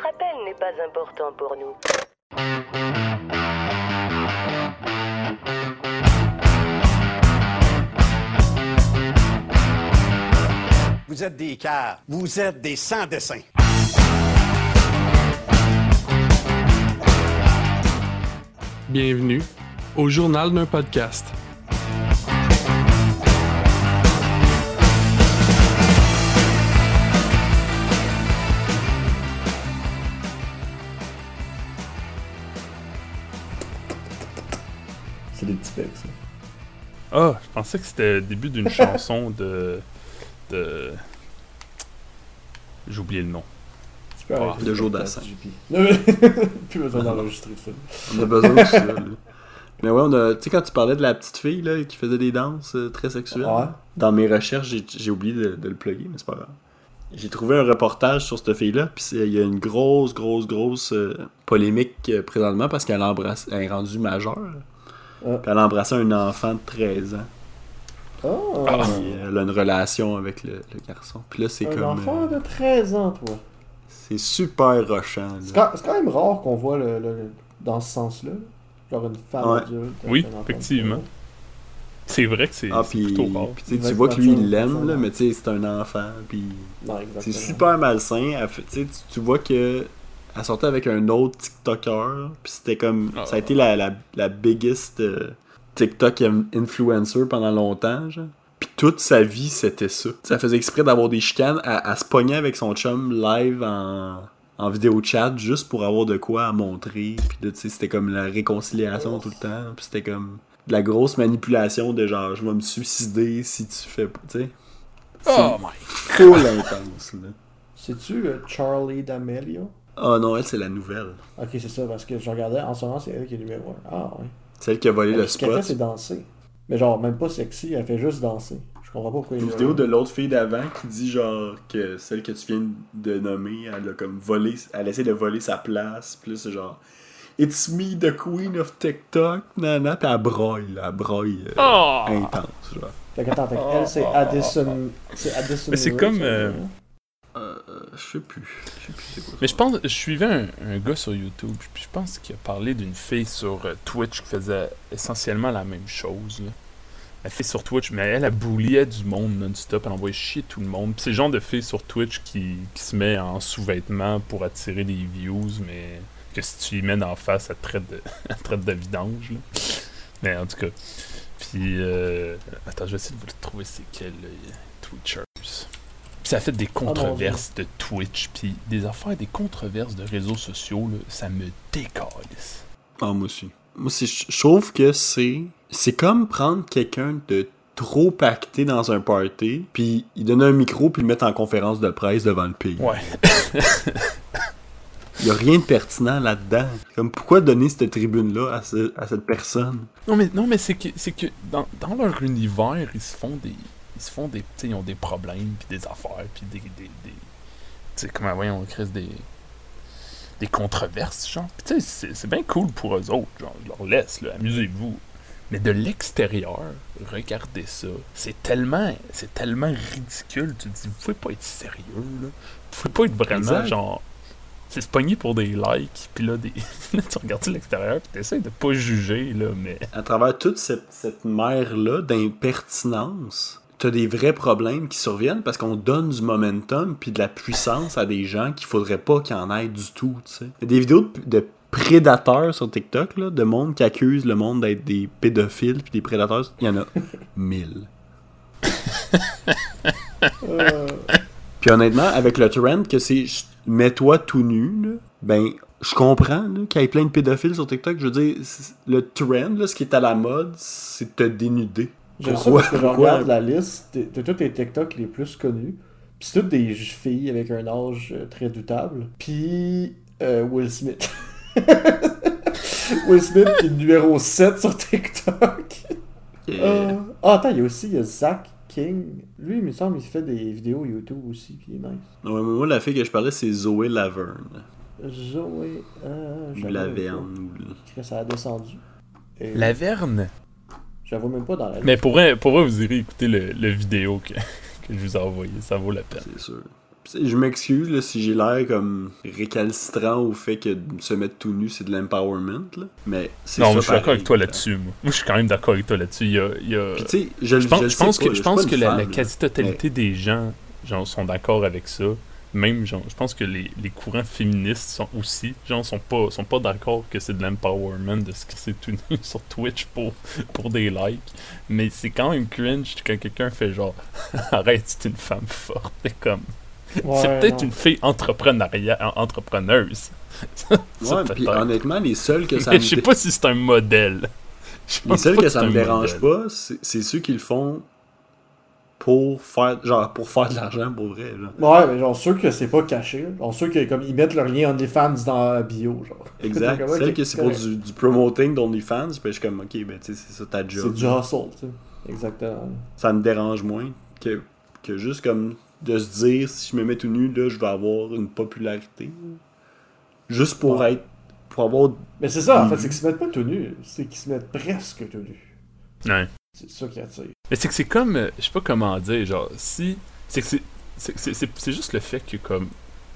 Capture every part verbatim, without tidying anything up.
Votre appel n'est pas important pour nous. Vous êtes des caves. Vous êtes des sans-dessins. Bienvenue au journal d'un podcast. C'est des petits pecs, ça. Ah, je pensais que c'était le début d'une chanson de... de... J'ai oublié le nom. Tu peux Ah, arrêter de le Joe podcast, Dassin. J P. Plus besoin d'enregistrer ça. On a besoin de tout ça, là. Mais ouais, on a, tu sais, quand tu parlais de la petite fille là, qui faisait des danses euh, très sexuelles, Ouais. dans mes recherches, j'ai, j'ai oublié de, de le plugger, mais c'est pas grave. J'ai trouvé un reportage sur cette fille-là, puis il y a une grosse, grosse, grosse euh, polémique euh, présentement parce qu'elle embrasse, elle est rendue majeure. Ah. Puis elle a embrassé un enfant de treize ans. Oh, Ah. Puis elle a une relation avec le, le garçon. Puis là, c'est un comme. enfant euh, de treize ans, toi. c'est super rochant. C'est Là. quand, c'est quand même rare qu'on voit le, le- dans ce sens-là. Genre une femme Ouais. adulte. avec Oui, un enfant de effectivement. treize ans. C'est vrai que c'est, Ah, c'est puis, plutôt rare. puis tu sais, Il va tu être vois que lui, il mature, l'aime, là, mature. mais tu sais, c'est un enfant. Puis Non, exactement. c'est super malsain. Elle fait- tu sais, tu- tu vois que elle sortait avec un autre TikToker. Puis c'était comme. Ah. Ça a été la, la, la biggest euh, TikTok in- influencer pendant longtemps, genre. Puis toute sa vie, c'était ça. Ça faisait exprès d'avoir des chicanes. Elle, elle se pognait avec son chum live en, en vidéo chat juste pour avoir de quoi à montrer. Puis là, tu sais, c'était comme la réconciliation tout le temps. Puis c'était comme de la grosse manipulation de genre, je vais me suicider si tu fais pas, tu sais. Oh my... Full intense, là. C'est-tu euh, Charlie D'Amelio? Ah non, elle, c'est la nouvelle. Ok, c'est ça, parce que je regardais, en ce moment, c'est elle qui est numéro un. Ah, ouais. Celle qui a volé le Ce qu'elle fait, spot. c'est danser. Mais genre, même pas sexy, elle fait juste danser. Je comprends pas pourquoi il Une y a- vidéo de l'autre fille d'avant qui dit genre que celle que tu viens de nommer, elle a comme volé, elle essaie de voler sa place, puis là c'est genre It's me the queen of TikTok, nana, puis elle broille, là, elle broille euh, Oh! intense, genre. Fait que attends, fait qu'elle, c'est Addison. C'est Addison. Mais c'est Rae, comme, ça, euh, hein? Euh, je sais plus, je sais plus c'est quoi. Mais je pense, je suivais un, un gars sur YouTube, puis je pense qu'il a parlé d'une fille sur euh, Twitch qui faisait essentiellement la même chose, là. La fille sur Twitch, mais elle, elle bulliait du monde non-stop, elle envoyait chier tout le monde. Puis c'est le genre de fille sur Twitch qui, qui se met en sous-vêtements pour attirer des views, mais que si tu y mets d'en face, elle te traite de, elle te traite de vidange, là. Mais en tout cas. Puis, euh... attends, je vais essayer de vous le trouver, c'est quel euh, Twitchers. Puis ça fait des controverses de Twitch, puis des affaires, des controverses de réseaux sociaux, là, ça me décalisse. Ah, moi aussi. Moi, c'est, je trouve que c'est. C'est comme prendre quelqu'un de trop pacté dans un party, puis il donne un micro, puis le mettre en conférence de presse devant le pays. Ouais. Il y a rien de pertinent là-dedans. Comme, pourquoi donner cette tribune-là à, ce- à cette personne? Non, mais, non, mais c'est que, c'est que dans, dans leur univers, ils se font des. Ils se font des. Tu sais, ils ont des problèmes, puis des affaires, puis des. des, des tu sais, comment, voyons, on crée des. Des controverses, genre. Puis tu sais, c'est, c'est bien cool pour eux autres, genre. Je leur laisse, là, amusez-vous. Mais de l'extérieur, regardez ça. C'est tellement. C'est tellement ridicule. Tu te dis, vous pouvez pas être sérieux, là. Vous pouvez pas être vraiment, Exact. genre. C'est se pogner pour des likes, puis là, des... là, tu regardes ça de l'extérieur, puis t'essayes de pas juger, là, mais... À travers toute cette, cette mer-là d'impertinence, t'as des vrais problèmes qui surviennent parce qu'on donne du momentum puis de la puissance à des gens qu'il faudrait pas qu'il y en ait du tout, tu sais. Il y a des vidéos de, de prédateurs sur TikTok, là, de monde qui accuse le monde d'être des pédophiles puis des prédateurs. Il y en a mille. Euh, Puis honnêtement, avec le trend que c'est je- mets-toi tout nu, là, ben je comprends là, qu'il y ait plein de pédophiles sur TikTok. Je veux dire, c'est- le trend, là, ce qui est à la mode, c'est de te dénuder. J'aime ça Pourquoi? parce que je Pourquoi? regarde la liste de, de tous les TikTok les plus connus. Pis c'est toutes des filles avec un âge euh, très doutable. Puis euh, Will Smith. Will Smith qui est numéro sept sur TikTok. Et- Euh, Ah, attends, il y a aussi il y a Zach King. Lui, il me semble, il fait des vidéos YouTube aussi, puis il est nice. Ouais, mais moi, la fille que je parlais, c'est Zoé Laverne. Zoé. Euh, Ou j'avoue Laverne. même ou le- pas. Que ça a descendu. Et Laverne. J'avoue même pas dans la Mais pour vrai, pour vrai, vous irez écouter le, le vidéo que, que je vous ai envoyé. Ça vaut la peine. C'est sûr. Je m'excuse là, si j'ai l'air comme récalcitrant au fait que se mettre tout nu, c'est de l'empowerment, là. Mais c'est non, ça. Non, je suis d'accord pareil, avec toi là-dessus, moi. Moi, je suis quand même d'accord avec toi là-dessus. Il y a, il y a... Puis, tu sais, je, je pense, je je pense pas, que, je pense que la, fan, la quasi-totalité mais... des gens genre, sont d'accord avec ça. Même, genre, je pense que les, les courants féministes sont aussi, genre, sont pas, sont pas d'accord que c'est de l'empowerment de ce que c'est tout nu sur Twitch pour, pour des likes. Mais c'est quand même cringe quand quelqu'un fait genre, arrête, c'est une femme forte. C'est comme, Ouais, c'est peut-être non. une fille entrepreneuriale, entrepreneuse. ça, Ouais, puis honnêtement, les seuls que ça mais me je sais dé- pas si c'est un modèle. Je les pense seuls pas que c'est ça me un dérange modèle. pas, c'est, c'est ceux qui le font pour faire genre pour faire de l'argent pour vrai, genre. Ouais, mais genre sûr que c'est pas caché. là. Genre sûr que comme ils mettent leur lien OnlyFans dans la bio, genre. Exact. Comme, ok, Celle que c'est pour correct. du, du promoting d'OnlyFans, puis je suis comme, ok, ben tu sais, c'est ça ta job. C'est du hustle, tu sais. Exactement. Ça me dérange moins que, que juste comme de se dire, si je me mets tout nu, là, je vais avoir une popularité. Juste pour Ouais. être. Pour avoir. Mais c'est ça, en Mhm. fait, c'est qu'ils se mettent pas tout nus. C'est qu'ils se mettent presque tout nus. Ouais. C'est ça qui attire. Mais c'est que c'est comme, euh, je sais pas comment dire, genre, si. C'est que c'est. C'est, c'est, c'est, c'est juste le fait que, comme.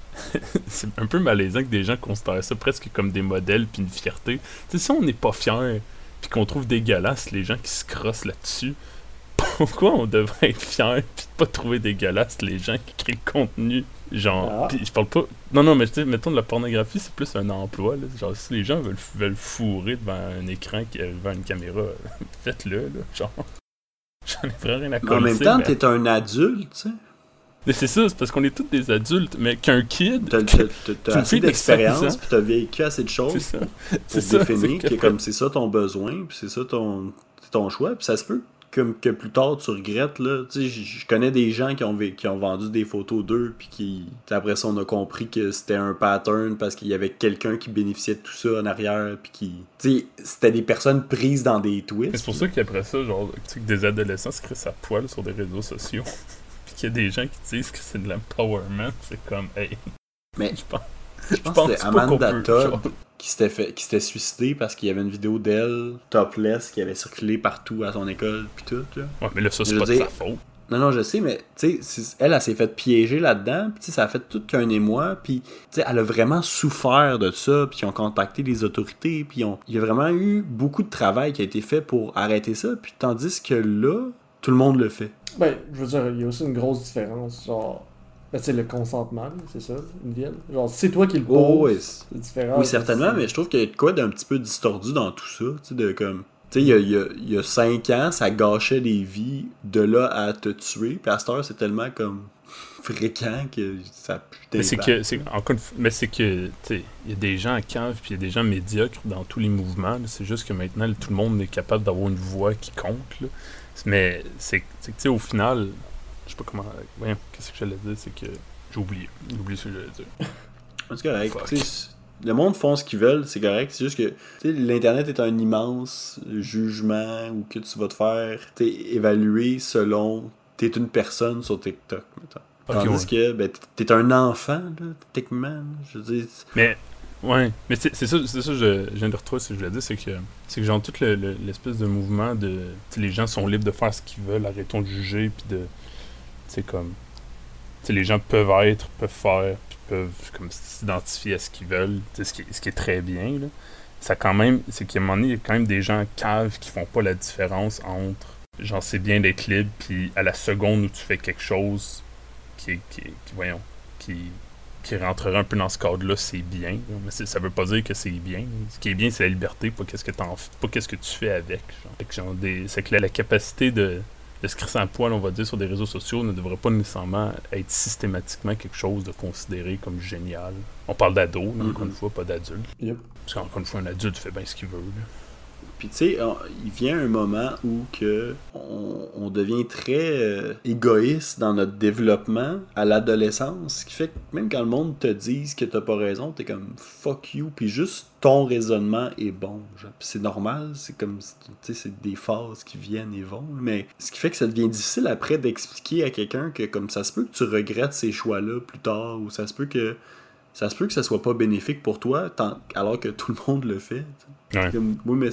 c'est un peu malaisant que des gens considèrent ça presque comme des modèles puis une fierté. Tu sais, si on n'est pas fier puis qu'on trouve dégueulasse les gens qui se crossent là-dessus, pourquoi on devrait être fier puis pas trouver dégueulasse les gens qui créent le contenu? Genre, Ah. pis je parle pas. Non, non, mais tu sais, mettons de la pornographie, c'est plus un emploi, là. Genre, si les gens veulent, veulent fourrer devant un écran, qui- devant une caméra, faites-le, là. Genre, j'en ai vraiment rien à Mais coller. en même temps, t'es un adulte, tu sais. Mais c'est ça, c'est parce qu'on est tous des adultes, mais qu'un kid. T'as, t'as, t'as, Tu t'as me assez fais d'expérience, l'expérience. puis t'as vécu assez de choses C'est ça. pour C'est ça. définir c'est que comme c'est ça ton besoin, puis c'est ça ton, c'est ton choix, puis ça se peut comme que plus tard tu regrettes, là. Tu sais, je je connais des gens qui ont, vé- qui ont vendu des photos d'eux, puis qui, t'sais, après ça, on a compris que c'était un pattern parce qu'il y avait quelqu'un qui bénéficiait de tout ça en arrière, puis qui... Tu sais, c'était des personnes prises dans des twists. Mais c'est pour ça qu'après ça, genre, tu sais, que des adolescents se créent sa poêle sur des réseaux sociaux. Puis qu'il y a des gens qui disent que c'est de l'empowerment, c'est comme, hey. Mais je pense. Je pense que c'était pas qu'on Amanda peut, Todd genre. qui s'était fait qui s'était suicidée parce qu'il y avait une vidéo d'elle topless qui avait circulé partout à son école puis tout là. Ouais, mais là, ça, c'est Je pas veux de dire- sa faute. Non non, je sais mais tu sais c'est- elle elle s'est fait piéger là-dedans, puis tu sais ça a fait tout qu'un émoi, puis tu sais elle a vraiment souffert de ça, puis ils ont contacté les autorités, puis ils ont- il y a vraiment eu beaucoup de travail qui a été fait pour arrêter ça, puis tandis que là tout le monde le fait. Ben, je veux dire, il y a aussi une grosse différence. Genre, ben, tu sais, le consentement, là, c'est ça, une vielle. Genre, si c'est toi qui le poses, Oh, ouais, c'est- c'est différent. Oui, certainement, mais je trouve qu'il y a de quoi d'un petit peu distordu dans tout ça. Tu sais, de comme. Tu sais, il y a, il y, a, il y a cinq ans, ça gâchait des vies. De là à te tuer. Puis à cette heure, c'est tellement comme fréquent que ça a plus Mais c'est d'impact. que, c'est, encore une fois, mais c'est que, tu sais, il y a des gens à cave, puis il y a des gens médiocres dans tous les mouvements. là. C'est juste que maintenant, là, tout le monde est capable d'avoir une voix qui compte. Là. Mais c'est, c'est que, tu sais, au final, je sais pas comment. Voyons, qu'est-ce que j'allais dire, c'est que j'ai oublié. J'ai oublié ce que j'allais dire. C'est correct. Fuck. Tu sais, le monde font ce qu'ils veulent, c'est correct. C'est juste que tu sais, l'Internet est un immense jugement où que tu vas te faire t'es évaluer selon t'es une personne sur TikTok, mettons. Ok, Tandis que ben, t'es un enfant, là, techniquement. là. Je veux dire, Mais, ouais, mais c'est, c'est ça, c'est ça que je, je viens de retrouver ce que je voulais dire, c'est que, c'est que genre, tout le, le- l'espèce de mouvement de, tu sais, les gens sont libres de faire ce qu'ils veulent, arrêtons de juger, puis de, c'est comme, tu sais, les gens peuvent être, peuvent faire, puis peuvent, comme, s'identifier à ce qu'ils veulent, tu sais, ce qui, ce qui est très bien, là. Ça quand même, c'est qu'à un moment donné, il y a quand même des gens caves qui font pas la différence entre, genre, c'est bien d'être libre, puis à la seconde où tu fais quelque chose qui, qui, qui voyons, qui qui rentrerait un peu dans ce cadre-là, c'est bien. là. Mais c'est, ça veut pas dire que c'est bien. Ce qui est bien, c'est la liberté, pas qu'est-ce que t'en f- pas qu'est-ce que tu fais avec. Genre. Fait que genre des, c'est que la, la capacité de, de se crisser en poil, on va dire, sur des réseaux sociaux ne devrait pas nécessairement être systématiquement quelque chose de considéré comme génial. On parle d'ados, là, encore une fois, pas d'adultes. Yep. Parce qu'encore une fois, un adulte fait bien ce qu'il veut. là. puis tu sais, on- il vient un moment où que on, on devient très euh, égoïste dans notre développement à l'adolescence, ce qui fait que même quand le monde te dise que t'as pas raison, t'es comme fuck you, puis juste ton raisonnement est bon. Genre. Puis c'est normal, c'est comme, tu sais, c'est des phases qui viennent et vont, mais ce qui fait que ça devient difficile après d'expliquer à quelqu'un que comme ça se peut que tu regrettes ces choix-là plus tard, ou ça se peut que ça se peut que ça soit pas bénéfique pour toi, tant, alors que tout le monde le fait. t'sais. Ouais. Comme, oui, mais c'est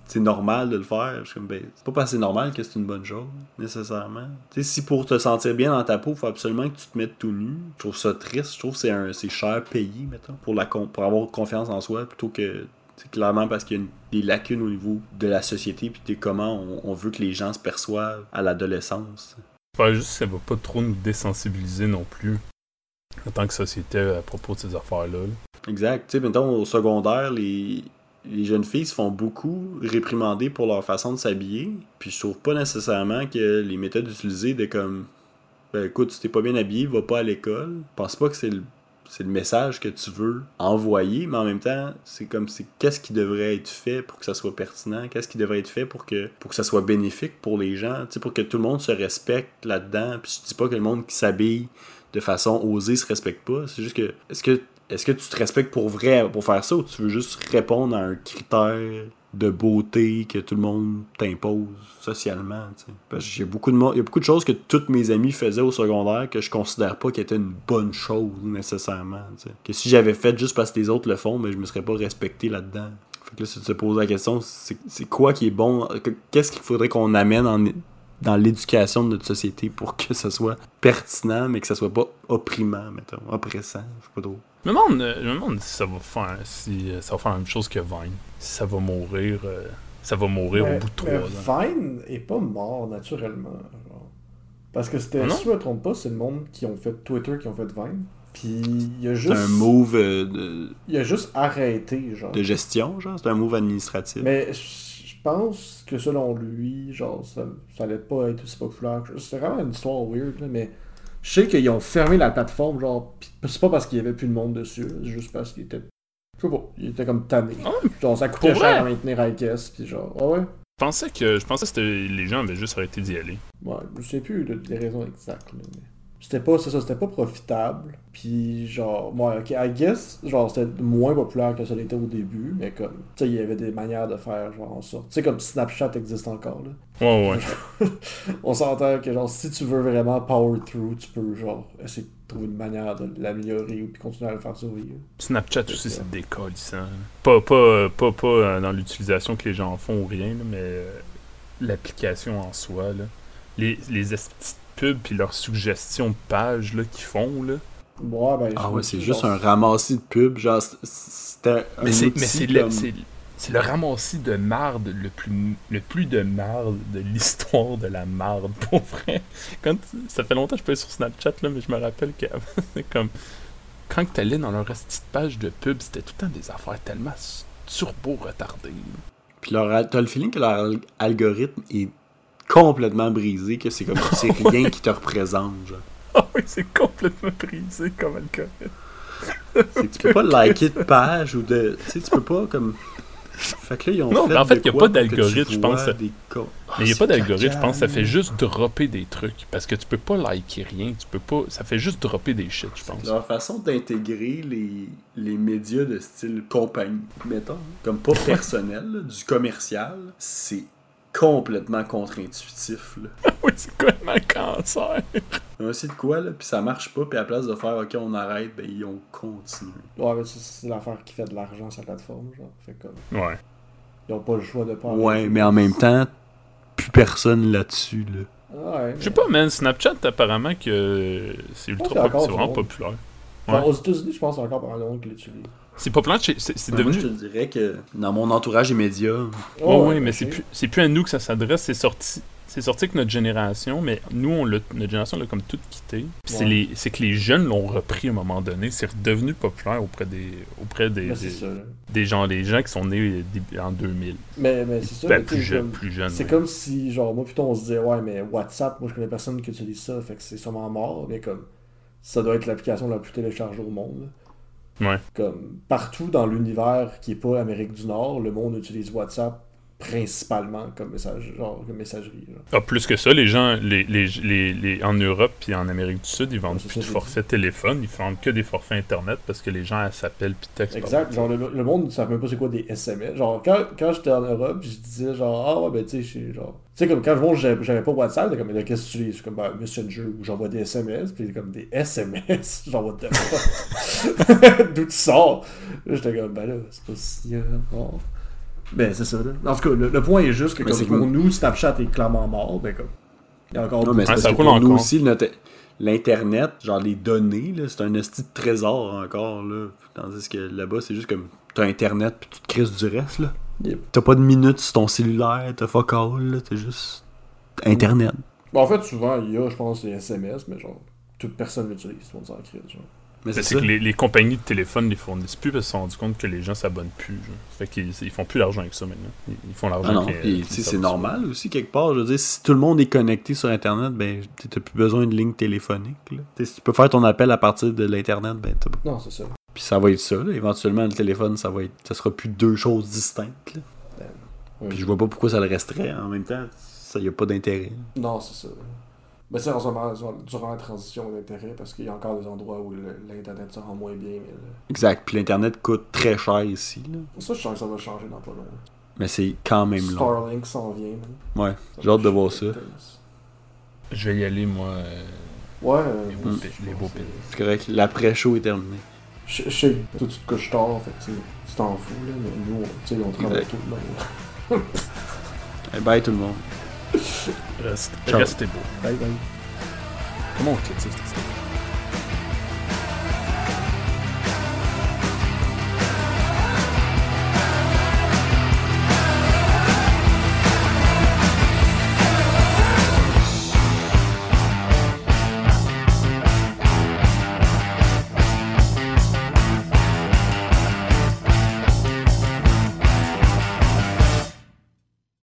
c'est normal de le faire. Je suis comme, ben, c'est pas parce que c'est normal que c'est une bonne chose, nécessairement. Tu sais, si pour te sentir bien dans ta peau, il faut absolument que tu te mettes tout nu, je trouve ça triste. Je trouve que c'est, un, c'est cher payé, mettons, pour, la, pour avoir confiance en soi, plutôt que, c'est clairement parce qu'il y a une, des lacunes au niveau de la société, puis de comment on, on veut que les gens se perçoivent à l'adolescence. Ouais, juste ça va pas trop nous désensibiliser non plus, en tant que société, à propos de ces affaires-là. Là. Exact. Tu sais, mettons, au secondaire, les... les jeunes filles se font beaucoup réprimander pour leur façon de s'habiller. Puis je trouve pas nécessairement que les méthodes utilisées de comme ben écoute, si t'es pas bien habillé, va pas à l'école. Je pense pas que c'est le, c'est le message que tu veux envoyer, mais en même temps, c'est comme c'est qu'est-ce qui devrait être fait pour que ça soit pertinent, qu'est-ce qui devrait être fait pour que pour que ça soit bénéfique pour les gens, tu sais, pour que tout le monde se respecte là-dedans. Puis je dis pas que le monde qui s'habille de façon osée se respecte pas, c'est juste que est-ce que Est-ce que tu te respectes pour vrai pour faire ça ou tu veux juste répondre à un critère de beauté que tout le monde t'impose socialement, tu sais? Parce qu'il y a beaucoup de mo- il y a beaucoup de choses que tous mes amis faisaient au secondaire que je considère pas qu'étaient une bonne chose nécessairement, tu sais. Que si j'avais fait juste parce que les autres le font, mais je me serais pas respecté là-dedans. Fait que là, si tu te poses la question, c'est, c'est quoi qui est bon? Qu'est-ce qu'il faudrait qu'on amène en... dans l'éducation de notre société pour que ça soit pertinent, mais que ça soit pas opprimant, mettons, oppressant, je sais pas trop. Je me demande, je me demande si ça va faire si ça va faire la même chose que Vine. Si ça va mourir, euh, ça va mourir mais, au bout de trois ans. Vine est pas mort naturellement. Genre. Parce que c'était, ah si je me trompe pas, c'est le monde qui ont fait Twitter qui ont fait Vine. Puis il y a juste. C'est un move euh, de. Il a juste arrêté, genre. De gestion, genre, c'est un move administratif. Mais je pense que selon lui, genre, ça, ça allait pas être aussi populaire. C'est vraiment une histoire weird, là, mais. Je sais qu'ils ont fermé la plateforme, genre, pis c'est pas parce qu'il y avait plus de monde dessus, là, c'est juste parce qu'il était, je sais pas, il était comme tanné. Ah, genre, ça coûtait pour cher vrai? à maintenir I guess, pis genre, ah ouais. Je pensais que, je pensais que c'était, les gens avaient juste arrêté d'y aller. Ouais, je sais plus de- des raisons exactes, là, mais... C'était pas, c'est ça, c'était pas profitable, pis genre, moi, ok, I guess, genre, c'était moins populaire que ça l'était au début, mais comme, tu sais, il y avait des manières de faire, genre, en sorte. Tu sais, comme Snapchat existe encore, là. Ouais, ouais. On s'entend que, genre, si tu veux vraiment power through, tu peux, genre, essayer de trouver une manière de l'améliorer ou puis continuer à le faire survivre. Snapchat aussi, c'est décalissant. Pas, pas, pas, pas euh, dans l'utilisation que les gens font ou rien, là, mais euh, l'application en soi, là. Les, les petites pubs puis leurs suggestions de pages, là, qu'ils font, là. Ouais, ben, Ah je ouais, me c'est dis, juste genre, un ramassis de pub, genre, c'était un Mais c'est, outil mais c'est, comme... le, c'est, c'est le ramassis de marde le plus, le plus de marde de l'histoire de la marde, pour vrai. Quand, ça fait longtemps que je peux aller sur Snapchat, là, mais je me rappelle que c'est comme... Quand t'allais dans leur petite page de pub, c'était tout le temps des affaires tellement turbo-retardées. Là. Puis leur, t'as le feeling que leur algorithme est complètement brisé, que c'est comme c'est rien qui te représente, genre. Ah oui, c'est complètement brisé comme algorithme. C'est que tu peux pas liker de page ou de... Tu sais, tu peux pas comme... Fait que là, ils ont Non, fait mais en fait, de il y a quoi pas pour que d'algorithme, tu je pense. vois des co- Ah, Mais il n'y a c'est pas d'algorithme, je pense que ça caca. fait juste dropper des trucs. Parce que tu peux pas liker rien, tu peux pas... Ça fait juste dropper des shit, je pense. Leur façon d'intégrer les, les médias de style compagnie, mettons, comme pas personnel, là, du commercial, c'est complètement contre-intuitif, là. Oui, c'est quoi un cancer? On essaie de quoi, là, puis ça marche pas, puis à la place de faire « Ok, on arrête », ben ils ont continué. Ouais, mais c'est, c'est l'affaire qui fait de l'argent sur la plateforme, genre. Fait comme, Ouais. ils ont pas le choix de pas Ouais, arrêter. mais en même temps, plus personne là-dessus, là. Ouais, Je sais mais- pas, man, Snapchat, apparemment que c'est pense ultra qu'il y a pop- encore c'est du vraiment monde. populaire. Genre, Ouais. aux États-Unis, je pense qu'il y a encore pas mal de monde qui l'utilise. C'est populaire, chez- c'est, c'est Ben, moi, devenu... je te dirais que dans mon entourage immédiat, Ouais, Oh, ouais, mais ok. c'est plus, c'est plus à nous que ça s'adresse, c'est sorti... C'est sorti avec notre génération, mais nous, on l'a, notre génération l'a comme tout quitté. Puis c'est, Ouais. les, c'est que les jeunes l'ont repris à un moment donné. C'est redevenu populaire auprès des auprès des, Mais des, c'est ça, là. des gens, les gens qui sont nés début- en deux mille. Mais, mais c'est ça. Ben, mais tu plus sais, jeune, comme- plus jeune. C'est ouais. comme si, genre, moi, plutôt, on se disait, ouais, mais WhatsApp, moi, je connais personne qui utilise ça, fait que c'est sûrement mort, mais comme, ça doit être l'application la plus téléchargée au monde. là. Ouais. Comme, partout dans l'univers qui est pas Amérique du Nord, le monde utilise WhatsApp principalement comme message, genre, comme messagerie. Genre. Ah, plus que ça, les gens, les, les, les, les- en Europe puis en Amérique du Sud, ils vendent Ouais, c'est plus de ça, j'ai forfaits téléphone, ils vendent que des forfaits Internet parce que les gens elles s'appellent puis textent. par Exact, genre, le, le monde ne savait même pas c'est quoi des S M S. Genre, quand, quand j'étais en Europe, je disais, genre, ah ouais, ben, tu sais, je suis genre. Tu sais, comme quand je vois, j'avais, j'avais pas WhatsApp, t'es comme, mais là, qu'est-ce que tu utilises? Je suis comme, ben, Messenger, où j'envoie des S M S, puis comme des S M S, genre, what the fuck? D'où tu sors? Là, j'étais comme, ben là, c'est pas si. Euh, bon. Ben, c'est ça, là. En tout cas, le, le point est juste que Mais comme c'est pour que- nous, Snapchat est clairement mort, ben comme... Il y a encore... Non, mais c'est Ah, parce ça que roule pour nous encore. aussi, notre- l'Internet, genre les données, là, c'est un esti de trésor encore, là. Tandis que là-bas, c'est juste comme, t'as Internet pis tu te crises du reste, là. Yep. T'as pas de minutes sur ton cellulaire, t'as fuck all, là, t'as juste Internet. Bon, en fait, souvent, il y a, je pense, des S M S, mais genre, toute personne l'utilise, tout le monde s'en crise, genre. Mais C'est c'est ça. que les, les compagnies de téléphone les fournissent plus parce qu'ils se sont rendus compte que les gens s'abonnent plus. Genre. Fait qu'ils ils font plus d'argent avec ça maintenant. Ils, ils font l'argent Ah non, avec pis, les- tu sais, les c'est services. normal aussi, quelque part. Je veux dire, si tout le monde est connecté sur Internet, ben, t'as plus besoin de ligne téléphonique, là. T'sais, si tu peux faire ton appel à partir de l'Internet, ben, t'as pas. Non, c'est ça. Puis ça va être ça, là. Éventuellement, le téléphone, ça va être. Ça sera plus deux choses distinctes, là. Ouais. Puis je vois pas pourquoi ça le resterait. En même temps, ça y a pas d'intérêt. Non, c'est ça. Mais c'est en ce moment, durant la transition d'intérêt, parce qu'il y a encore des endroits où le- l'Internet se rend moins bien, mais là... Exact. Puis l'Internet coûte très cher ici, là. Ça, je sens que ça va changer dans pas long. Mais c'est quand même long. Starlink s'en vient, man. Ouais. Ça J'ai hâte va de voir ça. changer intense. Je vais y aller, moi. euh, Ouais, euh, Les beaux moi pi- aussi, les je beaux pense que pins. C'est correct. L'après-show est terminé. Je je sais que toi, tu te couches tard, fait que tu sais, tu t'en fous, là, mais nous, on- tu sais, on travaille Exact. tout le long. Eh, bye tout le monde. Reste- Ciao. Restez beau. Bye bye. Comment on quitte ça, cette histoire?